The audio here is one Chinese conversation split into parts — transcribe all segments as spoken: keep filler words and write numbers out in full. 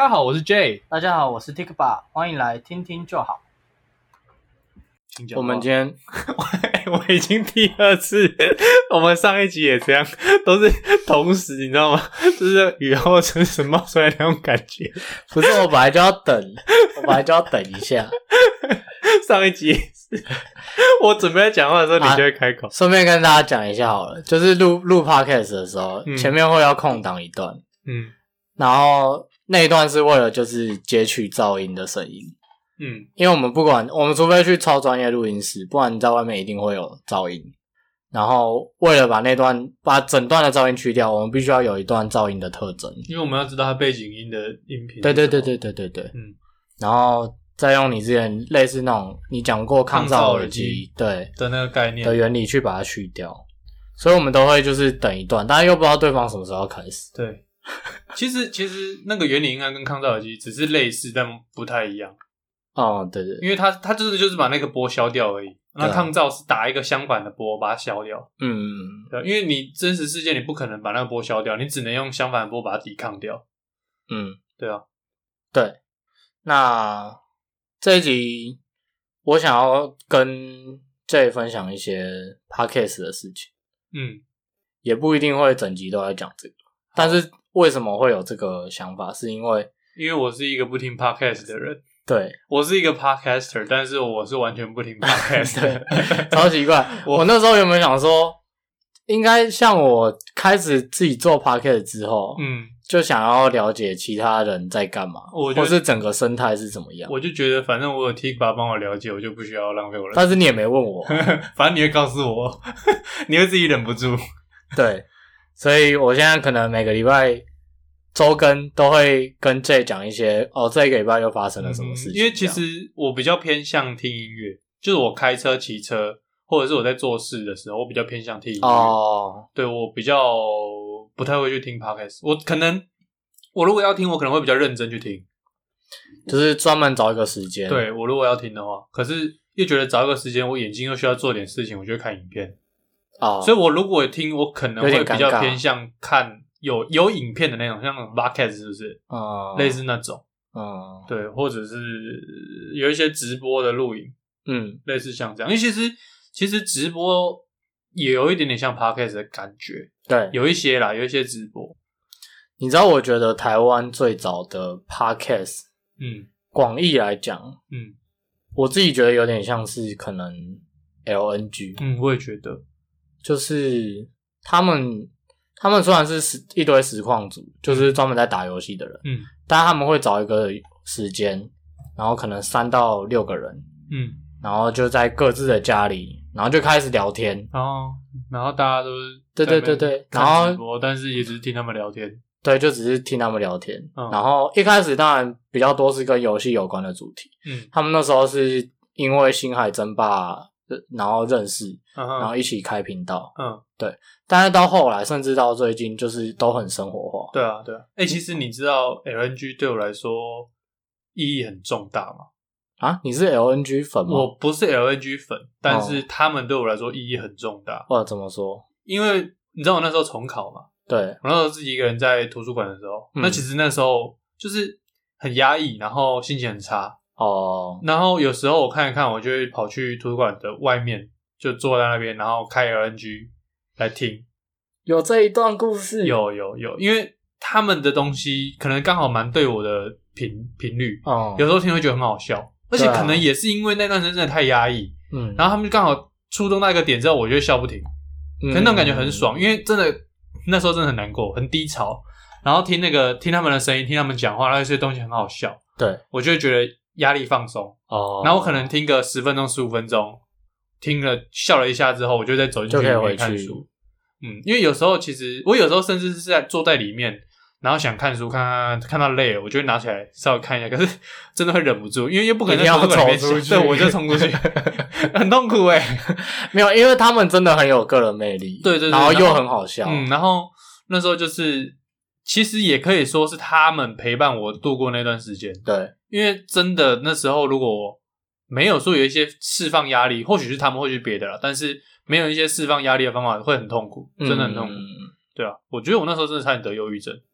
家好，我是 J。 大家好，我是 Tikba， 欢迎来听听就好。 我们今天我已经第二次，我们上一集也这样，都是同时，你知道吗？就是雨后春笋冒出来那种感觉。 不是，我本来就要等，我本来就要等一下。 上一集也是，我准备在讲话的时候，你就会开口。 顺、啊、便跟大家讲一下好了，就是录录 podcast 的时候、嗯，前面会要空档一段，嗯，然后那一段是为了就是截取噪音的声音。嗯，因为我们不管，我们除非去超专业录音室，不然你在外面一定会有噪音。然后为了把那段把整段的噪音去掉，我们必须要有一段噪音的特征， 因为我们要知道它背景音的音频。 对对对对对对对，嗯，然后再用你之前类似那种你讲过抗噪耳机对的那个概念的原理去把它去掉。所以我们都会就是等一段，大家又不知道对方什么时候要开始。 对，其实其实那个原理应该跟抗噪耳机只是类似，但不太一样。 哦，对对， 因为它它就是就是把那个波消掉而已，那抗噪是打一个相反的波把它消掉。嗯，对，因为你真实世界你不可能把那个波消掉，你只能用相反的波把它抵抗掉。嗯，对啊， 对。那这一集我想要跟 J 分享一些 podcast 的事情。嗯，也不一定会整集都在讲这个，但是为什么会有这个想法，是因为因为我是一个不听 podcast 的人。 对， 我是一个 podcaster， 但是我是完全不听 podcast 对，超奇怪。我, 我那时候有没有想说，应该像我开始自己做 podcast 之后，嗯，就想要了解其他人在干嘛，或是整个生态是怎么样。 我就觉得，反正我有 Tikba 帮我了解，我就不需要浪费我的。 但是你也没问我， 反正你会告诉我，你会自己忍不住。 对，所以我现在可能每个礼拜周更都会跟 J 讲一些哦，这个礼拜又发生了什么事情、嗯。 因为其实我比较偏向听音乐，就是我开车、骑车，或者是我在做事的时候，我比较偏向听音乐。哦，对，我比较不太会去听 podcast。我可能我如果要听，我可能会比较认真去听， 就是专门找一个时间。 对，我如果要听的话，可是又觉得找一个时间，我眼睛又需要做点事情，我就会看影片。哦，所以我如果听，我可能会比较偏向看。有有影片的那种，像 Vlogcast 是不是？嗯，类似那种，嗯，对，或者是有一些直播的录影，嗯，类似像这样。因为其实其实直播也有一点点像 Podcast 的感觉， 对， 有一些啦，有一些直播。 你知道，我觉得台湾最早的 Podcast， 嗯，广义来讲，嗯，我自己觉得有点像是可能 L N G， 嗯，我也觉得， 就是他们。他们虽然是一堆实况组，就是专门在打游戏的人，嗯，但他们会找一个时间，然后可能三到六个人，嗯，然后就在各自的家里，然后就开始聊天， 哦，然后大家都是对对对对， 然后直播，但是也只是听他们聊天， 对，就只是听他们聊天，嗯，然后一开始当然比较多是跟游戏有关的主题，嗯，他们那时候是因为星海争霸，然后认识，嗯，然后一起开频道，嗯，对。但是到后来，甚至到最近，就是都很生活化。 对啊，对啊。诶、欸、其实你知道 L N G 对我来说意义很重大吗？ 啊，你是 L N G 粉吗？ 我不是 L N G 粉，但是他们对我来说意义很重大。 哇，怎么说？ 因为你知道我那时候重考嘛， 对， 我那时候自己一个人在图书馆的时候，嗯、那其实那时候就是很压抑，然后心情很差。哦。然后有时候我看一看，我就会跑去图书馆的外面，就坐在那边，然后开 L N G。来听， 有这一段故事， 有有有，因为他们的东西可能刚好蛮对我的频频率，哦，有时候听会觉得很好笑，而且可能也是因为那段时间真的太压抑，嗯，然后他们就刚好触动到一个点之后，我就笑不停，嗯，可是那种感觉很爽，因为真的那时候真的很难过，很低潮，然后听那个听他们的声音，听他们讲话，那些东西很好笑， 对， 我就会觉得压力放松，哦，然后我可能听个十分钟、十五分钟。听了笑了一下之后，我就再走进去里面看书。嗯，因为有时候其实我有时候甚至是在坐在里面，然后想看书，看看看到累了，我就会拿起来稍微看一下。可是真的会忍不住，因为又不可能在图书馆里面走出去，对，我就冲出去，很痛苦哎、欸。 没有，因为他们真的很有个人魅力， 对对对， 然后又很好笑。 嗯，然后那时候就是其实也可以说是他们陪伴我度过那段时间。 对， 因为真的那时候如果没有说有一些释放压力，或许是他们，或许是别的啦，但是没有一些释放压力的方法会很痛苦，真的很痛苦。嗯、对啊，我觉得我那时候真的差点得忧郁症。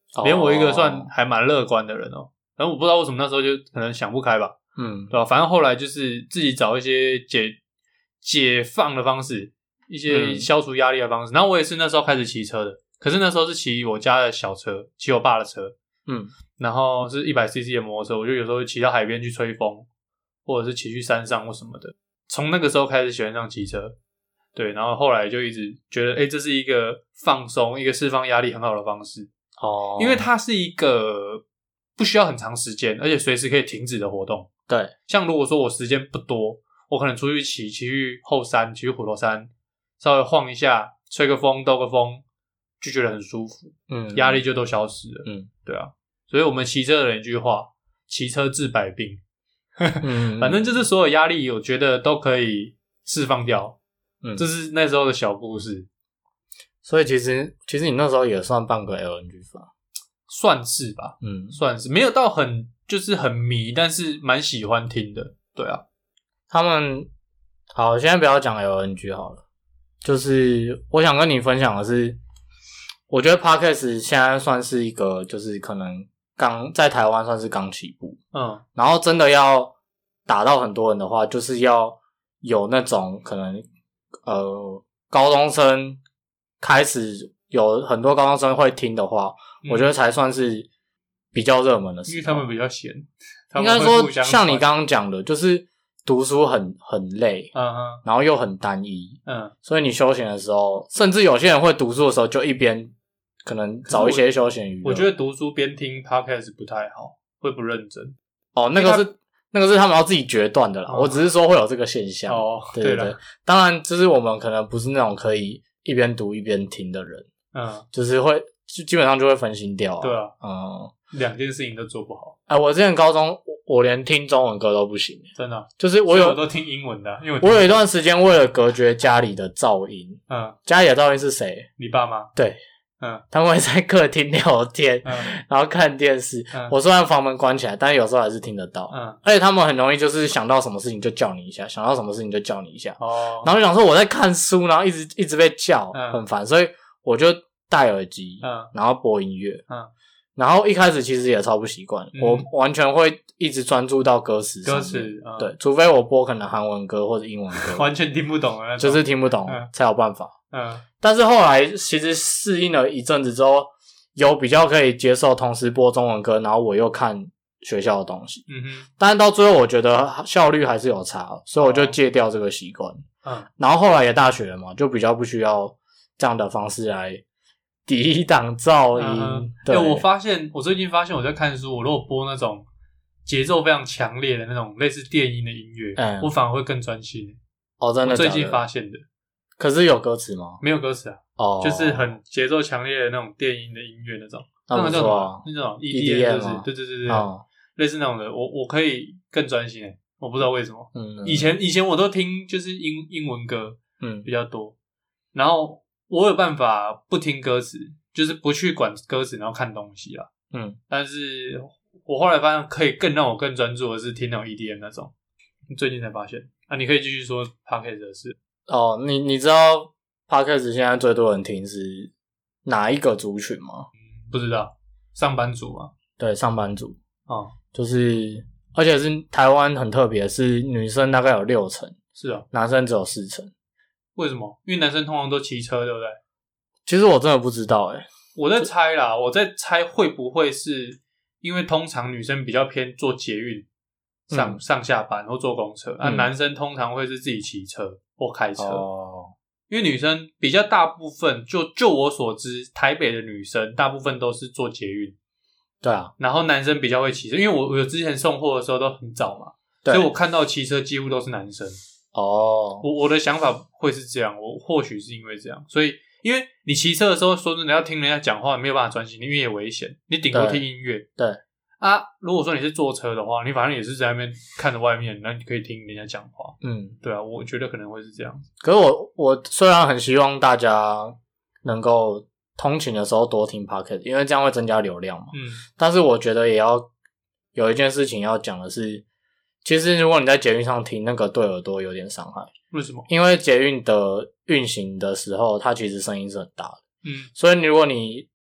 连我一个算还蛮乐观的人哦，然后我不知道为什么那时候就可能想不开吧，嗯，对吧？反正后来就是自己找一些解解放的方式，一些消除压力的方式。然后我也是那时候开始骑车的，可是那时候是骑我家的小车，骑我爸的车，嗯，然后是 一百 C C 的摩托车，我就有时候骑到海边去吹风，或者是骑去山上或什么的。从那个时候开始喜欢上骑车，对，然后后来就一直觉得，诶，这是一个放松、一个释放压力很好的方式哦，因为它是一个不需要很长时间，而且随时可以停止的活动。 对， 像如果说我时间不多，我可能出去骑，骑去后山，骑去虎头山，稍微晃一下，吹个风，兜个风，就觉得很舒服，嗯，压力就都消失了，嗯，对啊，所以我们骑车的人一句话，骑车治百病。嗯，反正就是所有压力，我觉得都可以释放掉。嗯，这是那时候的小故事。 所以其实，其实你那时候也算半个 L N G 粉， 算是吧。嗯，算是没有到很就是很迷，但是蛮喜欢听的。对啊， 他们好，现在不要讲 L N G 好了。就是我想跟你分享的是，我觉得 Podcast 现在算是一个，就是可能。刚在台湾算是刚起步，嗯，然后真的要打到很多人的话，就是要有那种可能，呃，高中生开始有很多高中生会听的话，嗯、我觉得才算是比较热门的事。 因为他们比较闲， 应该说像你刚刚讲的，就是读书很很累，嗯嗯，然后又很单一，嗯，所以你休闲的时候，甚至有些人会读书的时候就一边。可能找一些休闲娱乐。 我觉得读书边听 podcast 不太好，会不认真。 哦，那个是那个是他们要自己决断的啦。哦、我只是说会有这个现象。哦，对对对。当然，就是我们可能不是那种可以一边读一边听的人。嗯，就是会就基本上就会分心掉啊。 对啊，嗯，两件事情都做不好。 哎、呃，我之前高中我我连听中文歌都不行， 真的、啊。 就是我有我都听英文的、啊，因为我, 我有一段时间为了隔绝家里的噪音，嗯，家里的噪音是谁？ 你爸妈？ 对。嗯，他们会在客厅聊天，嗯，然后看电视。嗯，我虽然房门关起来，但是有时候还是听得到。嗯，而且他们很容易就是想到什么事情就叫你一下，想到什么事情就叫你一下。哦，然后就想说我在看书，然后一直一直被叫，嗯、很烦，所以我就戴耳机，嗯，然后播音乐，嗯，然后一开始其实也超不习惯，嗯、我完全会一直专注到歌词上面。 歌词，嗯、 对，除非我播可能韩文歌或者英文歌， 完全听不懂的那种， 就是听不懂、嗯、才有办法。嗯，但是后来其实适应了一阵子之后，有比较可以接受同时播中文歌，然后我又看学校的东西。嗯哼，但是到最后我觉得效率还是有差，所以我就戒掉这个习惯。嗯，然后后来也大学了嘛，就比较不需要这样的方式来抵挡噪音。嗯、对、 欸，我发现我最近发现我在看书，我如果播那种节奏非常强烈的那种类似电音的音乐，嗯，我反而会更专心。 哦，真的假的？ 我最近发现的。 可是有歌词吗？ 没有歌词啊，哦，就是很节奏强烈的那种电音的音乐那种，那个叫什么？那种 E D M 是不是？对对对对，哦、类似那种的，我我可以更专心诶，我不知道为什么。嗯，以前以前我都听就是英英文歌，嗯，比较多，然后我有办法不听歌词，就是不去管歌词，然后看东西啦。嗯，但是我后来发现可以更让我更专注的是听那种 E D M 那种，最近才发现啊，你可以继续说 Podcast 的事。 哦，你你知道 Podcast 现在最多人听是哪一个族群吗？ 嗯，不知道，上班族吗？ 对，上班族。哦，就是而且是台湾很特别，是女生大概有六成， 是啊， 男生只有四成。 为什么？因为男生通常都骑车，对不对？ 其实我真的不知道诶、欸、 我在猜啦，我在猜会不会是因为通常女生比较偏坐捷运上、嗯、上下班或坐公车，啊、嗯，男生通常会是自己骑车或开车。哦，因为女生比较大部分，就就我所知，台北的女生大部分都是坐捷运。 对啊， 然后男生比较会骑车，因为我我有之前送货的时候都很早嘛，所以我看到骑车几乎都是男生。哦，我我的想法会是这样，我或许是因为这样，所以因为你骑车的时候，说真的要听人家讲话，没有办法专心，因为也危险，你顶多听音乐。 对啊，如果说你是坐车的话，你反正也是在那边看着外面，那你可以听人家讲话。嗯，对啊，我觉得可能会是这样子。 可是我我虽然很希望大家能够通勤的时候多听 Podcast， 因为这样会增加流量嘛。嗯，但是我觉得也要有一件事情要讲的是，其实如果你在捷运上听，那个对耳朵有点伤害。 为什么？ 因为捷运的运行的时候，它其实声音是很大的。嗯，所以如果你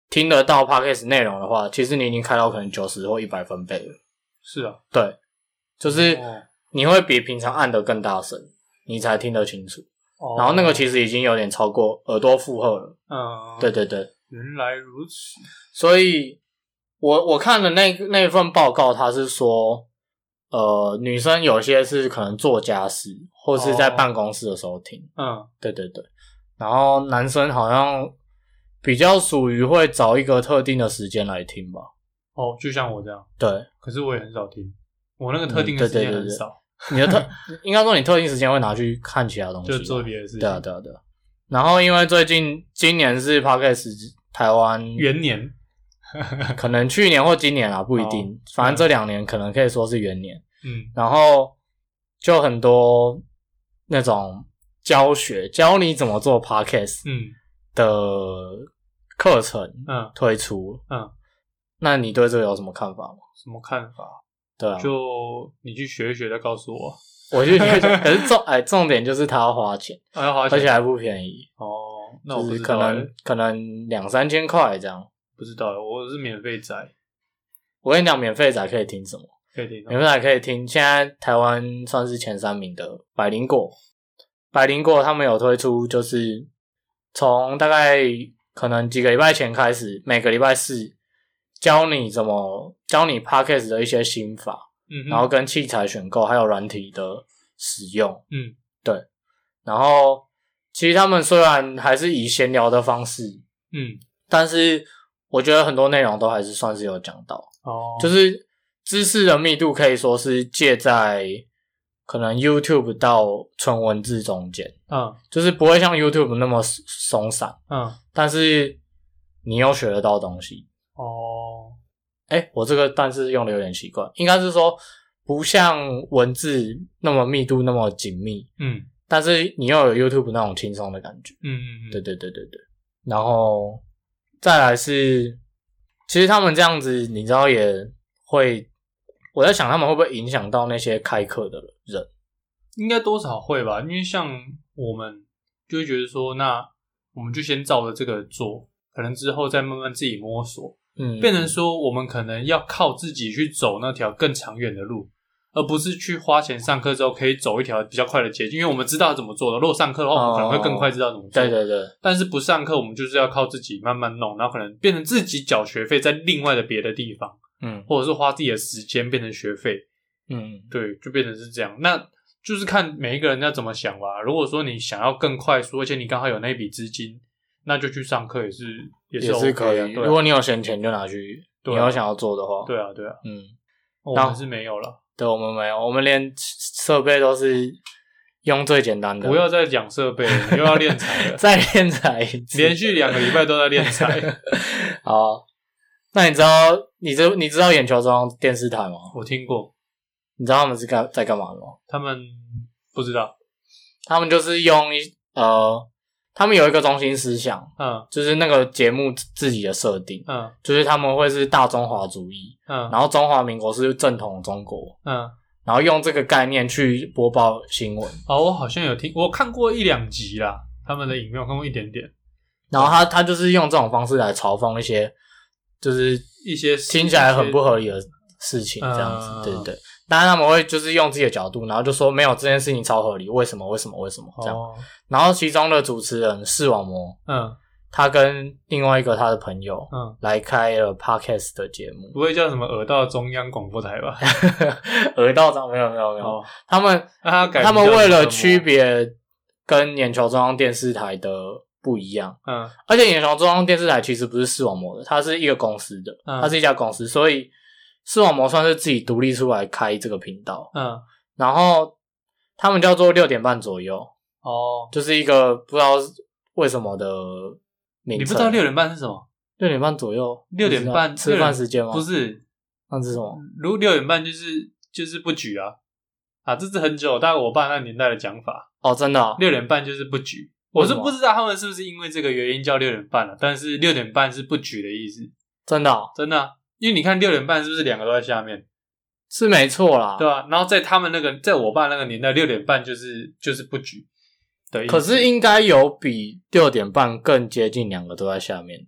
听得到 podcast 内容的话，其实你已经开到可能九十或一百分贝了。 是啊， 对，就是你会比平常按得更大声，你才听得清楚。哦、然后那个其实已经有点超过耳朵负荷了。嗯，对对对， 原来如此。 所以我我看的那那份报告，它是说，呃，女生有些是可能做家事或是在办公室的时候听。嗯，对对对。然后男生好像比较属于会找一个特定的时间来听吧。 哦，就像我这样。 对， 可是我也很少听，我那个特定的时间很少。 嗯、对对对对你的特应该说你特定时间会拿去看其他东西， 就做别的事情。 对啊对啊对啊。然后因为最近今年是 Podcast 台湾元年， 可能去年或今年啦，不一定。哦、反正这两年可能可以说是元年。嗯。然后就很多那种教学教你怎么做 Podcast 的课程嗯推出嗯。那你对这个有什么看法吗？ 什么看法？ 对啊， 就你去学一学再告诉我。 我去学，可是重哎重点就是他要花钱， 啊、要花钱， 而且还不便宜。 哦，那我不知道、欸， 可能可能两三千块这样。 不知道，我是免费仔。 我跟你讲，免费仔可以听什么？ 可以听， 免费仔可以听。现在台湾算是前三名的百灵果，百灵果他们有推出，就是从大概可能几个礼拜前开始，每个礼拜四。教你怎么教你 Podcast 的一些心法，嗯，然后跟器材选购还有软体的使用，嗯，对。然后其实他们虽然还是以闲聊的方式，嗯，但是我觉得很多内容都还是算是有讲到，哦，就是知识的密度可以说是介在可能 YouTube 到纯文字中间，嗯，就是不会像 YouTube 那么松散，嗯，但是你又学得到东西。哦，诶我这个但是用的有点奇怪，应该是说不像文字那么密度那么紧密，嗯，但是你又有 YouTube 那种轻松的感觉，嗯嗯嗯，对对对对对。然后再来是，其实他们这样子，你知道也会，我在想他们会不会影响到那些开课的人？ 应该多少会吧，因为像我们就会觉得说，那我们就先照着这个做，可能之后再慢慢自己摸索。嗯，变成说我们可能要靠自己去走那条更长远的路，而不是去花钱上课之后可以走一条比较快的捷径，因为我们知道怎么做的。如果上课的话，我们可能会更快知道怎么做。 对对对。 但是不上课，我们就是要靠自己慢慢弄，然后可能变成自己缴学费在另外的别的地方，嗯，或者是花自己的时间变成学费，嗯，对，就变成是这样。那就是看每一个人要怎么想吧。如果说你想要更快速，而且你刚好有那笔资金，那就去上课也是也是 OK 也是可以。 啊、 如果你有闲钱就拿去，你有想要做的话， 对啊对啊，嗯，我们是没有了， 对，我们没有，我们连设备都是用最简单的。 不要再讲设备了，你又要练财了， 再练财一次， 连续两个礼拜都在练财。 好，那你知道你知你知道眼球中央电视台吗？ 我听过。 你知道他们是干在干嘛的吗？ 他们不知道， 他们就是用一呃。他们有一个中心思想，嗯，就是那个节目自己的设定，嗯，就是他们会是大中华主义，嗯，然后中华民国是正统中国，嗯，然后用这个概念去播报新闻。 哦，我好像有听，我看过一两集啦，他们的影片我看过一点点。 然后他他就是用这种方式来嘲讽一些，就是一些听起来很不合理的事情，这样子，嗯、对对对。当然他们会就是用自己的角度，然后就说没有这件事情超合理，为什么为什么为什么这样。哦、然后其中的主持人视网膜，嗯，他跟另外一个他的朋友，嗯，来开了 podcast 的节目， 不会叫什么耳道中央广播台吧？ 耳道中没有没有没有，哦、他们他, 他们为了区别跟眼球中央电视台的不一样，嗯，而且眼球中央电视台其实不是视网膜的，它是一个公司的，嗯、它是一家公司，所以。视网膜算是自己独立出来开这个频道，嗯，然后他们叫做六点半左右，哦，就是一个不知道为什么的名称。 你不知道六点半是什么？ 六点半左右， 六点半吃饭时间吗？ 不是， 那是什么？ 如六点半就是就是不举啊啊！这是很久，大概我爸那年代的讲法哦，真的、哦， 六点半就是不举。我是不知道他们是不是因为这个原因叫六点半了、啊，但是六点半是不举的意思， 真的、哦， 真的、啊。因为你看六点半是不是两个都在下面？ 是没错啦， 对啊。然后在他们那个，在我爸那个年代，六点半就是就是不举的意思。 可是应该有比六点半更接近两个都在下面的。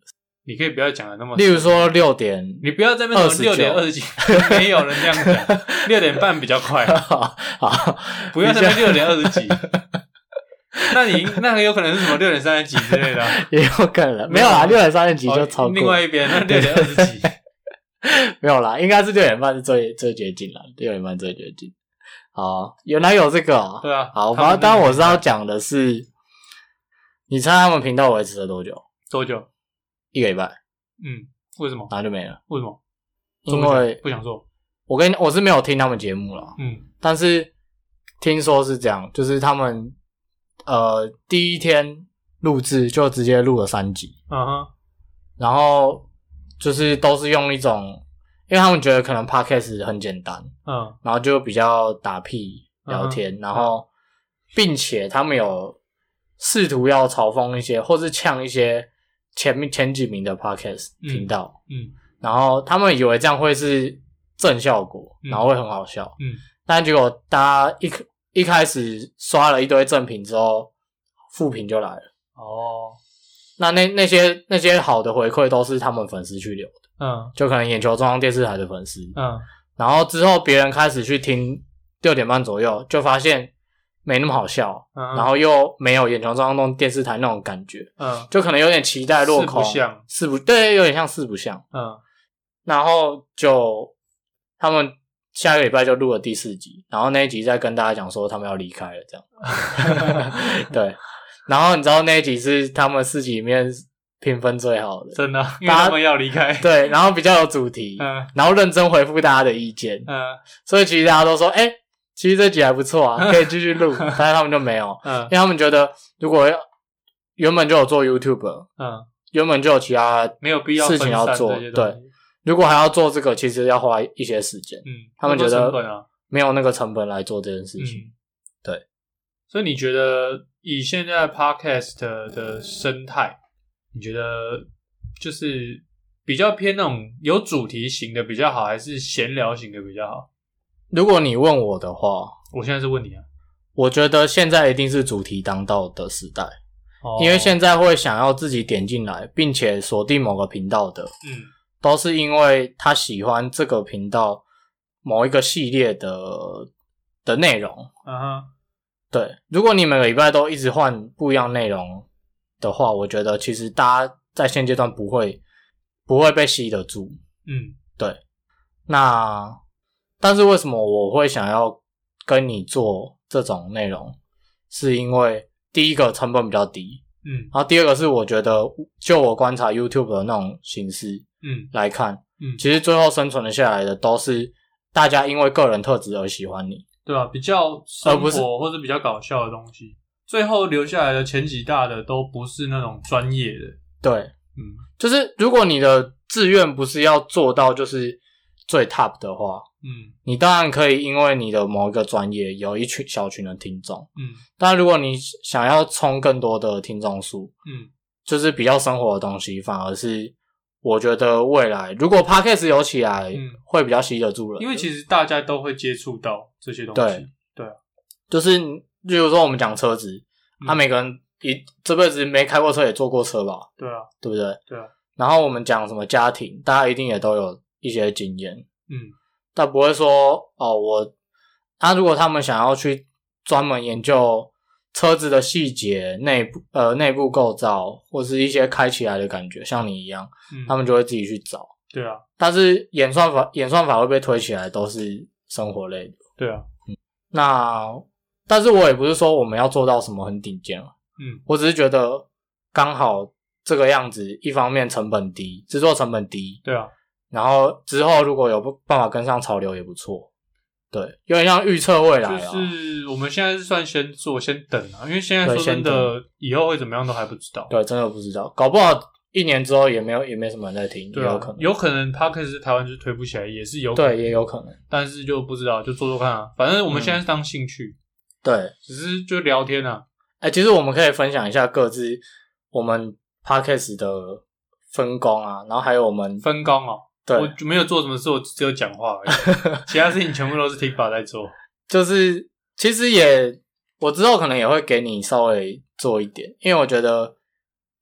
你可以不要讲的那么， 例如说六点， 你不要在那边六点二十几，没有人这样讲，六点半比较快。 好，好不要在那边六点二十几。那你那个有可能是什么六点三十几之类的、啊， 也有可能，没有啦，六点三十几就超过。 另外一边那六点二十几， 没有啦，应该是六点半是最最接近啦，六点半最接近。好，原来有这个、喔， 对啊。 好，反正当然我是要讲的是，你猜他们频道维持了多久？ 多久？ 一个礼拜。 嗯，为什么？ 然后就没了。 为什么？ 因为不想做。 我跟我是没有听他们节目啦， 嗯， 但是听说是这样，就是他们呃第一天录制就直接录了三集， 嗯哼， 然后就是都是用一种，因为他们觉得可能 podcast 很简单， 嗯， 然后就比较打屁聊天， 嗯、 然后并且他们有试图要嘲讽一些或是呛一些前面前几名的 podcast 频道， 嗯，嗯然后他们以为这样会是正效果， 嗯、 然后会很好笑， 嗯， 但结果大家一一开始刷了一堆正评之后，负评就来了。 哦， 那那那些那些好的回馈都是他们粉丝去留的， 嗯， 就可能眼球中央电视台的粉丝， 嗯， 然后之后别人开始去听六点半左右，就发现没那么好笑， 嗯， 然后又没有眼球中央电视台那种感觉， 嗯， 就可能有点期待落空， 四不像， 四不对，有点像四不像， 嗯， 然后就他们下个礼拜就录了第四集，然后那一集再跟大家讲说他们要离开了，这样，对。然后你知道那一集是他们四集里面评分最好的， 真的，因为他们要离开。 对，然后比较有主题， 嗯， 然后认真回复大家的意见， 嗯， 所以其实大家都说，诶其实这集还不错啊，可以继续录，但是他们就没有， 嗯， 因为他们觉得如果原本就有做 YouTube， 嗯， 原本就有其他没有必要事情要做，对，如果还要做这个，其实要花一些时间， 嗯， 他们觉得没有那个成本来做这件事情， 嗯， 对， 所以你觉得？以现在 podcast 的生态，你觉得就是比较偏那种有主题型的比较好，还是闲聊型的比较好？ 如果你问我的话， 我现在是问你啊。 我觉得现在一定是主题当道的时代， 哦， 因为现在会想要自己点进来，并且锁定某个频道的， 嗯， 都是因为他喜欢这个频道某一个系列的的内容。 嗯哼。 对，如果你每个礼拜都一直换不一样内容的话，我觉得其实大家在现阶段不会不会被吸得住。 嗯， 对。那但是为什么我会想要跟你做这种内容，是因为第一个成本比较低， 嗯， 然后第二个是我觉得就我观察 YouTube 的那种形式， 嗯， 来看， 嗯， 其实最后生存的下来的都是大家因为个人特质而喜欢你。 对啊，比较生活或者比较搞笑的东西，最后留下来的前几大的都不是那种专业的。 对， 嗯， 就是如果你的志愿不是要做到就是最 top 的话， 嗯， 你当然可以因为你的某一个专业有一群小群的听众， 嗯， 但如果你想要冲更多的听众数， 嗯， 就是比较生活的东西，反而是我觉得未来如果 Podcast 有起来，嗯，会比较吸得住人， 因为其实大家都会接触到这些东西。 对， 对啊， 就是例如说我们讲车子，他、嗯啊、每个人一这辈子没开过车也坐过车吧？ 对啊， 对不对？ 对啊。 然后我们讲什么家庭，大家一定也都有一些经验， 嗯， 但不会说哦，我他、啊、如果他们想要去专门研究车子的细节、内部呃内部构造，或是一些开起来的感觉，像你一样， 嗯， 他们就会自己去找。 对啊， 但是演算法演算法会被推起来，都是生活类的。 对啊， 嗯，那但是我也不是说我们要做到什么很顶尖， 嗯， 我只是觉得刚好这个样子，一方面成本低，制作成本低， 对啊， 然后之后如果有办法跟上潮流也不错。对，有点像预测未来啊。 就是我们现在是算先做先等啊，因为现在说真的以后会怎么样都还不知道。 对，真的不知道，搞不好一年之后也没有也没什么人在听， 对啊， 也有可能有可能 Podcast 台湾就是推不起来，也是有可能， 对，也有可能， 但是就不知道，就做做看啊。反正我们现在是当兴趣， 嗯、对， 只是就聊天啊。 哎、欸，其实我们可以分享一下各自我们 Podcast 的分工啊，然后还有我们分工哦。 对， 我没有做什么事，我只有讲话而已，其他事情全部都是 Tikba 在做。 就是其实也我之后可能也会给你稍微做一点，因为我觉得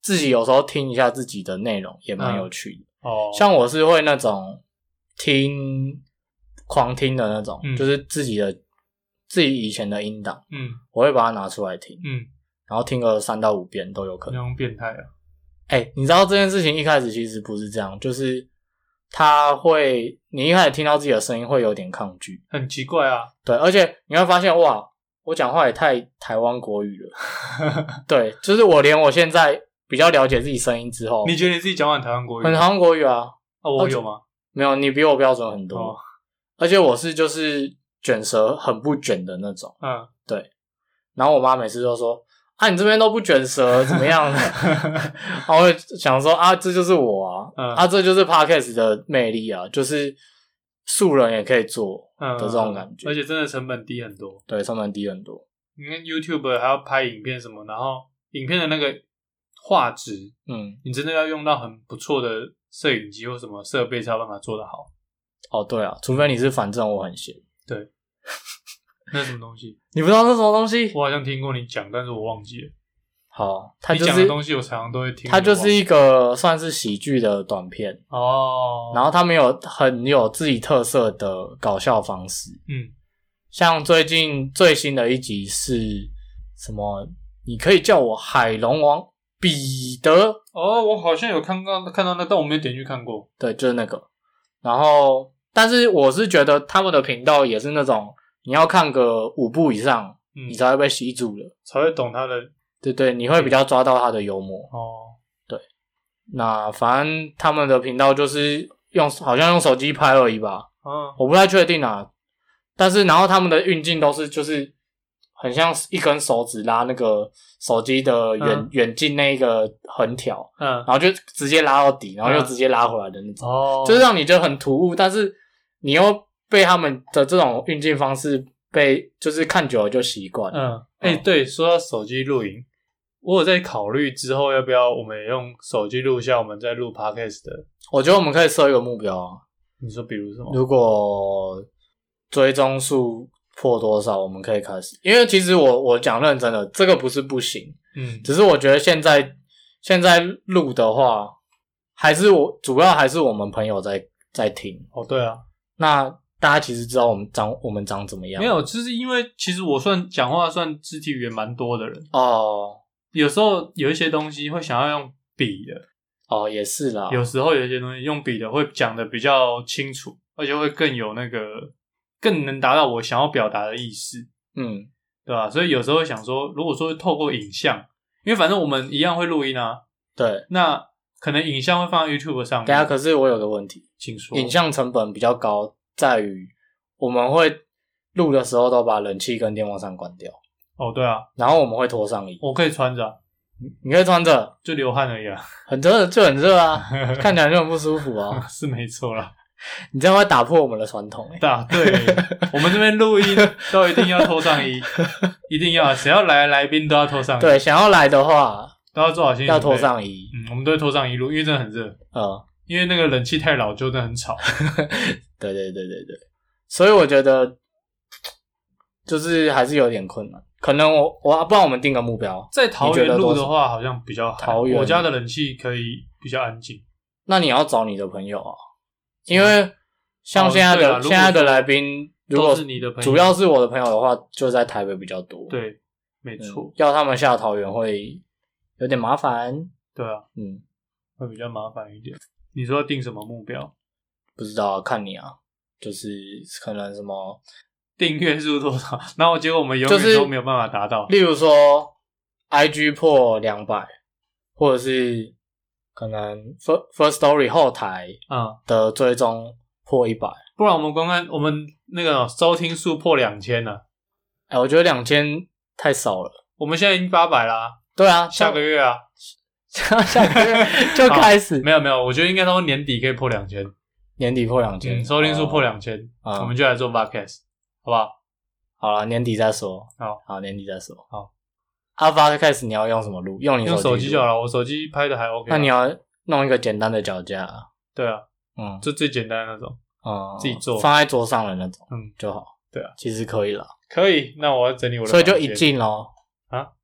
自己有时候听一下自己的内容也蛮有趣的。 嗯、哦， 像我是会那种听狂听的那种，嗯、就是自己的自己以前的音档，嗯，我会把它拿出来听，嗯，然后听个三到五遍都有可能。 那种变态啊！ 哎、欸，你知道这件事情一开始其实不是这样，就是他会，你一开始听到自己的声音会有点抗拒， 很奇怪啊。 对，而且你会发现，哇，我讲话也太台湾国语了。对，就是我连我现在比较了解自己声音之后， 你觉得你自己讲话很台湾国语？ 很台湾国语啊。 哦，我有吗？ 没有，你比我标准很多。哦、而且我是就是卷舌很不卷的那种。嗯，对。然后我妈每次都说，啊，你这边都不卷舌，怎么样的？然后我会想说，啊，这就是我啊，嗯、啊，这就是 Podcast 的魅力啊，就是素人也可以做的这种感觉， 嗯、而且真的成本低很多。 对，成本低很多。 你看 YouTube 还要拍影片什么，然后影片的那个画质，嗯，你真的要用到很不错的摄影机或什么设备才有办法做得好。 哦，对啊，除非你是反正我很闲。 对。那什么东西？ 你不知道那什么东西？ 我好像听过你讲，但是我忘记了。 好，它就是、 你讲的东西，我常常都会听。 它就是一个算是喜剧的短片哦，然后他们有很有自己特色的搞笑方式。嗯，像最近最新的一集是什么？你可以叫我海龙王彼得。 哦，我好像有看到看到那，但我没有点去看过。 对，就是那个。然后，但是我是觉得他们的频道也是那种。你要看个五部以上，嗯、你才会被吸住了， 才会懂他的， 对对，你会比较抓到他的幽默。哦，对，那反正他们的频道就是用，好像用手机拍而已吧，嗯，我不太确定啊。但是然后他们的运镜都是就是很像一根手指拉那个手机的远、嗯、远近那个横条，嗯，然后就直接拉到底，然后又直接拉回来的那种，哦、嗯，就是让你觉得很突兀，但是你又。被他们的这种运镜方式被就是看久了就习惯了。 嗯，哎、欸，对，说到手机录影，我有在考虑之后要不要我们也用手机录一下我们在录 podcast 的。 我觉得我们可以设一个目标啊。 你说比如什么？ 如果追踪数破多少，我们可以开始。因为其实我我讲认真的，这个不是不行，嗯，只是我觉得现在现在录的话，还是我主要还是我们朋友在在听。 哦，对啊， 那。大家其实知道我们长我们长怎么样？ 没有，就是因为其实我算讲话算肢体语言蛮多的人哦。有时候有一些东西会想要用笔的哦，也是啦。 有时候有一些东西用笔的会讲得比较清楚，而且会更有那个更能达到我想要表达的意思。嗯，对吧？所以有时候会想说，如果说透过影像，因为反正我们一样会录音啊。 对， 那可能影像会放在 YouTube 上面。 对啊，可是我有个问题， 请说。 影像成本比较高。在于我们会录的时候都把冷气跟电风扇关掉。 哦，对啊， 然后我们会脱上衣。 我可以穿着、啊， 你可以穿着， 就流汗而已啊。 很热就很热啊，看起来就很不舒服啊。 是没错啦， 你这样会打破我们的传统欸。 打对，我们这边录音都一定要脱上衣，一定要，谁要来来宾都要脱上衣。 对，想要来的话都要做好心理准备， 要脱上衣。 嗯，我们都会脱上衣录，因为真的很热。嗯。因为那个冷气太老旧，真的很吵。 对对对对对，所以我觉得就是还是有点困难。可能我我不然我们定个目标， 在桃园录的话好像比较好。 桃园我家的冷气可以比较安静。 那你要找你的朋友啊，因为像现在的、哦、现在的来宾，如果是你的朋友， 主要是我的朋友的话，就在台北比较多。 对，没错、 嗯，要他们下桃园会有点麻烦。 对啊，嗯，会比较麻烦一点。你说要定什么目标？ 不知道啊，看你啊，就是可能什么订阅数多少，然后结果我们永远都没有办法达到。 例如说 I G 破两百，或者是可能 First Story 后台的追踪破一百、嗯， 不然我们光看我们那个收听数破两千了。 哎，我觉得两千太少了。 我们现在已经八百啦。 对啊， 下个月啊。 下个月就开始没有没有，我觉得应该到年底可以破两千， 年底破两千、 嗯，收听数破两千、嗯，我们就来做 podcast， 好不好？ 好啦，年底再说。 好， 好，年底再说。 好， 啊 podcast 你要用什么录？用你手机用手机就好了，我手机拍的还 OK。 那你要弄一个简单的脚架、啊。 对啊，嗯，就最简单的那种，嗯，自己做， 放在桌上的那种， 嗯， 就好。 对啊， 其实可以啦。 可以，那我要整理我的， 所以就一镜咯。 啊，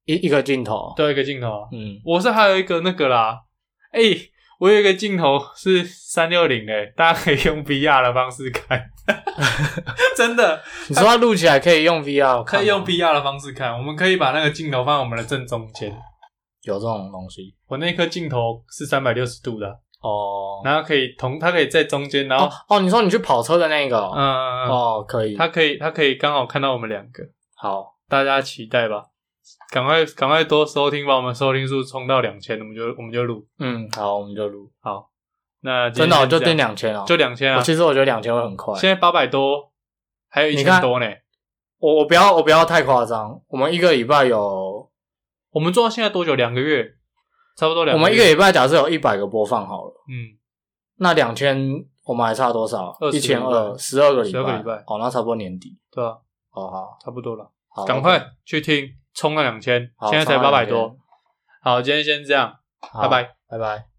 一一个镜头， 对，一个镜头啊。嗯，我是还有一个那个啦，哎、欸，我有一个镜头是三六零诶，大家可以用 V R 的方式看，真的。 你说它录起来可以用 V R 看， 可以用 V R 的方式看，我们可以把那个镜头放在我们的正中间。 有这种东西？ 我那颗镜头是三百六十度的哦， 然后可以同它可以在中间，然后哦, 哦，你说你去跑车的那个、哦， 嗯哦，可以， 它可以它可以刚好看到我们两个， 好， 大家期待吧。赶快赶快多收听，把我们收听数冲到两千，我们就我们就录。 嗯，好，我们就录。 好，那真的、哦、就定两千哦， 就两千啊。 其实我觉得两千会很快。 现在八百多，还有一千多呢。 我我不要我不要太夸张，我们一个礼拜有， 我们做到现在多久？两个月，差不多两个月。 我们一个礼拜假设有一百个播放好了， 嗯， 那两千我们还差多少？一千二，十二个礼拜， 十二个礼拜。 哦，那差不多年底。 对啊， 哦好， 差不多了。赶快去听。冲了两千，现在才八百多。好，今天先这样，拜拜， 拜拜。